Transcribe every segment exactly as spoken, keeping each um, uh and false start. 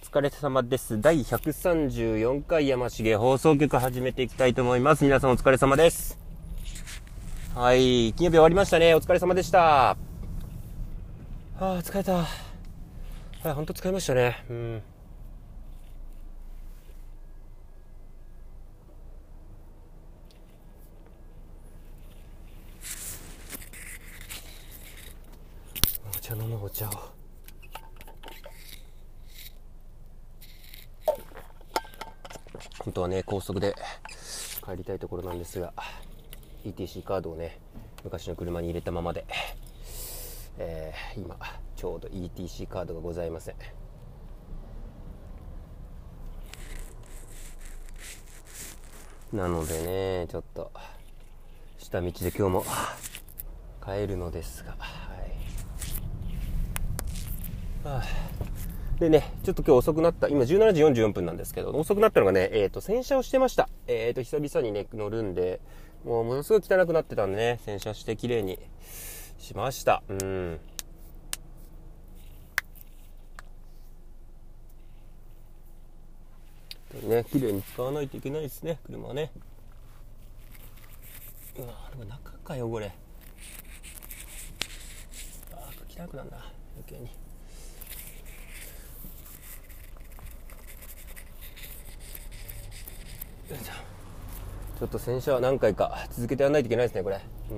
疲れ様です。だいひゃくさんじゅうよんかい山重放送局始めていきたいと思います。皆さんお疲れ様です。はい、金曜日終わりましたね。お疲れ様でした。はあ、疲れた。はい、ほんと疲れましたね。うん。お茶飲むお茶を。本当はね、高速で帰りたいところなんですが、 イーティーシー カードをね昔の車に入れたままで、えー、今ちょうど イーティーシー カードがございません。なのでね、ちょっと下道で今日も帰るのですが、はい、はあ、でね、ちょっと今日遅くなった。今じゅうしちじよんじゅうよんぷんなんですけど、遅くなったのがね、えっと、洗車をしてました。えっと、久々にね、乗るんで、もうものすごい汚くなってたんでね、洗車して綺麗にしました。うん。ね、綺麗に使わないといけないですね、車はね。うわ、中かよ、これ。あー、汚くなんだ、余計に。ちょっと洗車は何回か続けてやらないといけないですね、これ。うん。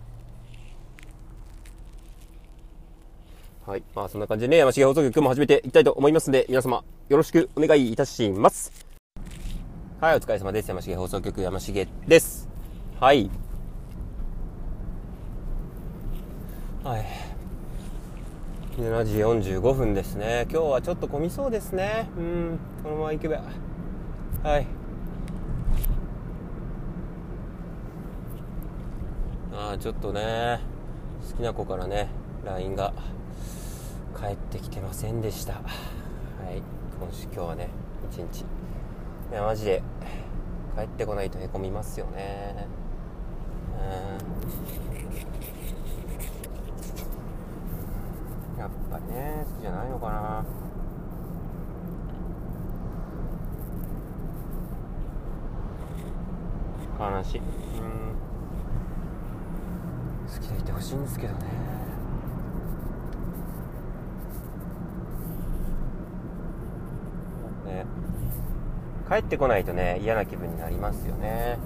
はい、まあそんな感じでね、山重放送局今日も始めていきたいと思いますので、皆様よろしくお願いいたします。はい、お疲れ様です。山重放送局山重です。はい。はい。しちじよんじゅうごふんですね。今日はちょっと混みそうですね。うん、このまま行けば。はい。ああ、ちょっとね、好きな子からね、ライン が帰ってきてませんでした。はい、今週今日はね、一日。いや、マジで帰ってこないとへこみますよね。うん。やっぱりね、好きじゃないのかな。悲しい。うん。好きでいてほしいんですけどね。ね、帰ってこないとね、嫌な気分になりますよね。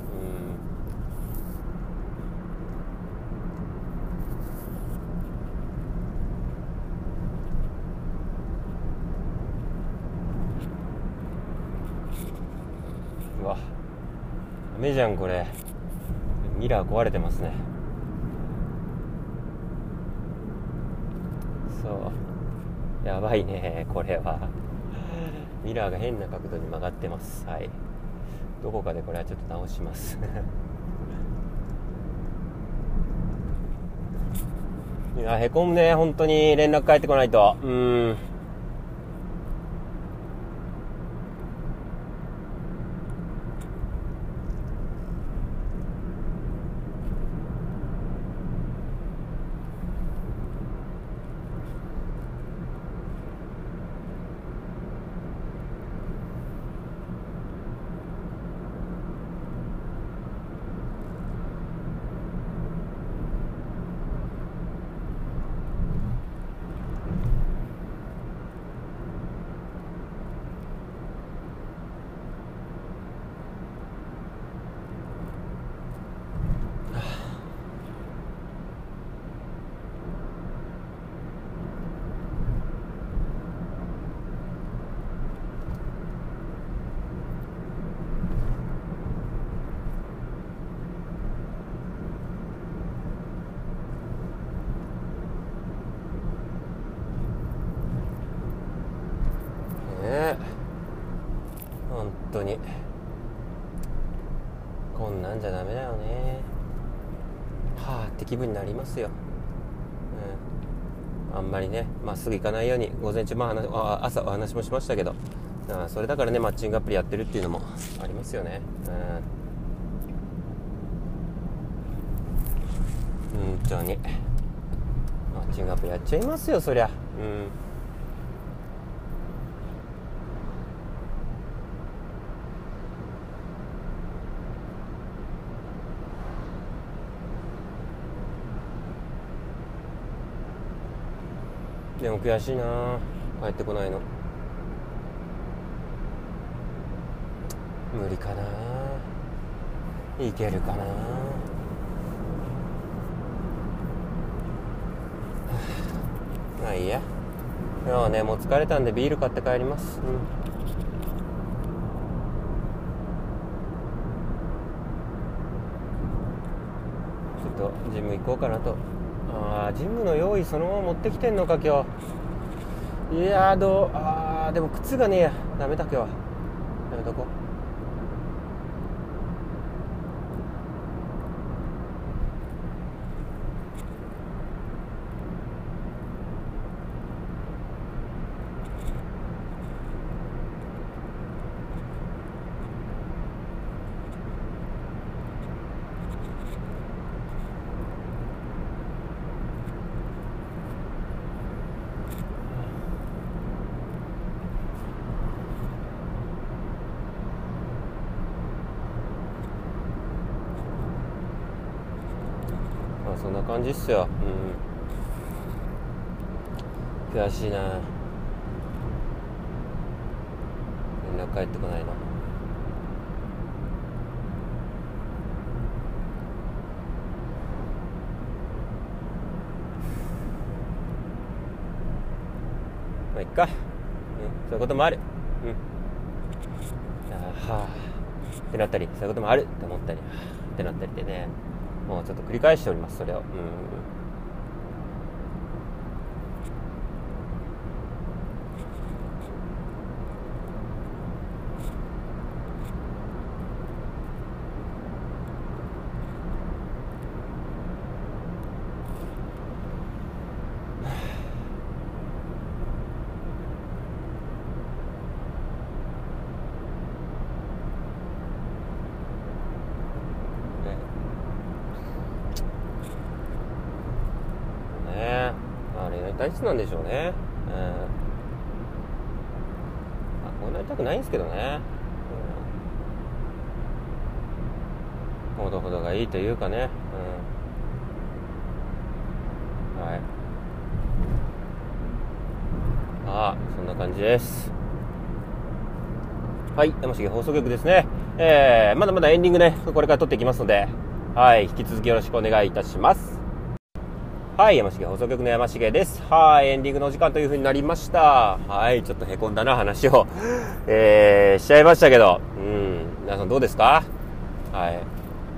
うん。うわ、ダメじゃんこれ。ミラー壊れてますね。そう、やばいねこれは。ミラーが変な角度に曲がってます。はい、どこかでこれはちょっと直しますいや、へこむね、本当に連絡返ってこないと。うーん。ね、本当にこんなんじゃダメだよね。はあって気分になりますよ。うん、あんまりね、まっすぐ行かないように午前中、まあ、朝お話もしましたけど、あ、それだからね、マッチングアプリやってるっていうのもありますよね。うん、本当にマッチングアプリやっちゃいますよ、そりゃ。うん。 でも悔しいな、帰ってこないの。無理かな、いけるかな。まあいいや。今日ね、もう疲れたんでビール買って帰ります。うん、ちょっとジム行こうかなと。あー、ジムの用意そのまま持ってきてんのか今日。いやー、どう、あーでも靴がねえや、ダメだ今日は。やめとこう。まあそんな感じっすよ。うん、悔しいな、連絡返ってこないな。まあいっか、うん、そういうこともある。うん、あはあってなったり、そういうこともあるって思ったりってなったりでね、もうちょっと繰り返しております、それを。うん、体質なんでしょうね。うん、あ、こうなりたくないんですけどね。うん、ほどほどがいいというかね。うん、はい。ああ、そんな感じです。はい、山重放送局ですね。えー、まだまだエンディングね、これから撮っていきますので、はい、引き続きよろしくお願いいたします。はい、山重放送局の山重です。はい、エンディングのお時間という風になりました。はい、ちょっとへこんだな話を、えー、しちゃいましたけど、うん、皆さんどうですか？はい。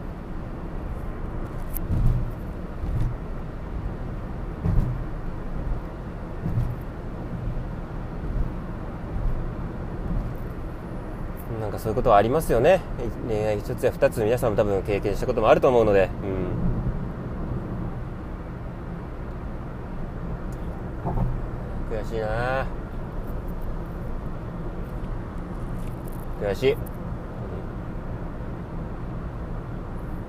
なんかそういうことはありますよね。恋愛一つや二つ皆さんも多分経験したこともあると思うので、うん。悔しいな、悔しい、うん、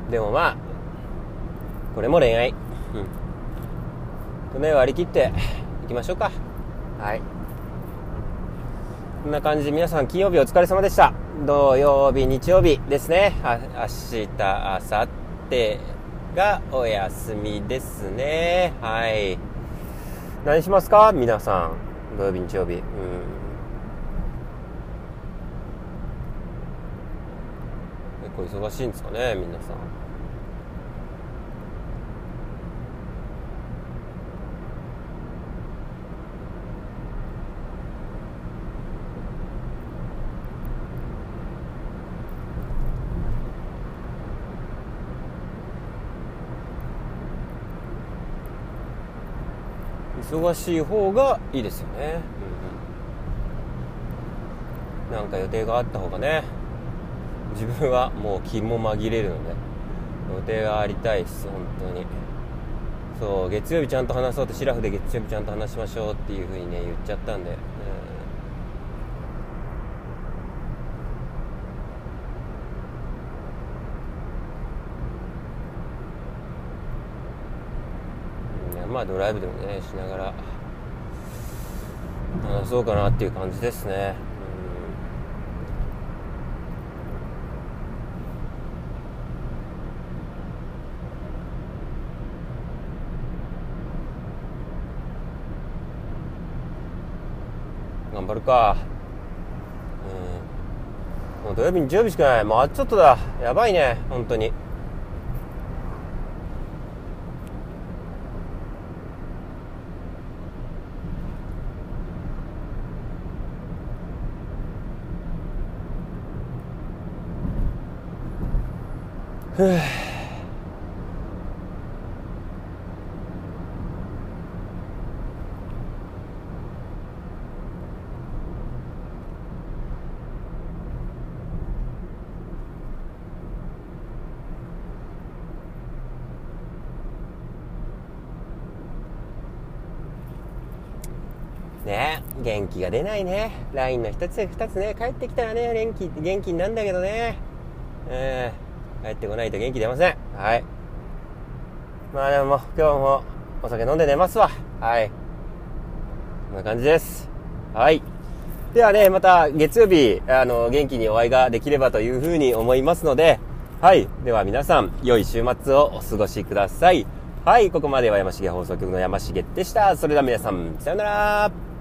でもまあこれも恋愛、うん、この絵を割り切っていきましょうか。はい、こんな感じで皆さん金曜日お疲れ様でした。土曜日日曜日ですね。あ、明日明後日がお休みですね。はい、何しますか皆さん、土曜日日曜日。うん、結構忙しいんですかね皆さん。忙しい方がいいですよね。うん、なんか予定があった方がね、自分はもう気も紛れるので予定がありたいです本当に。そう、月曜日ちゃんと話そうって、シラフで月曜日ちゃんと話しましょうっていう風にね言っちゃったんで、うん、まあドライブでもねしながら話そうかなっていう感じですね。 頑張るか。うん。もう土曜日、日曜日しかない。もうあとちょっとだ。やばいね。本当に。ふぅ。ねえ、元気が出ないね。ラインの一つや二つね、帰ってきたらね、元気、元気になんだけどね。えー、帰ってこないと元気出ません。はい。まあでももう、今日もお酒飲んで寝ますわ。はい。こんな感じです。はい。ではね、また月曜日、あの、元気にお会いができればというふうに思いますので、はい。では皆さん、良い週末をお過ごしください。はい。ここまでは山重放送局の山重でした。それでは皆さん、さようなら。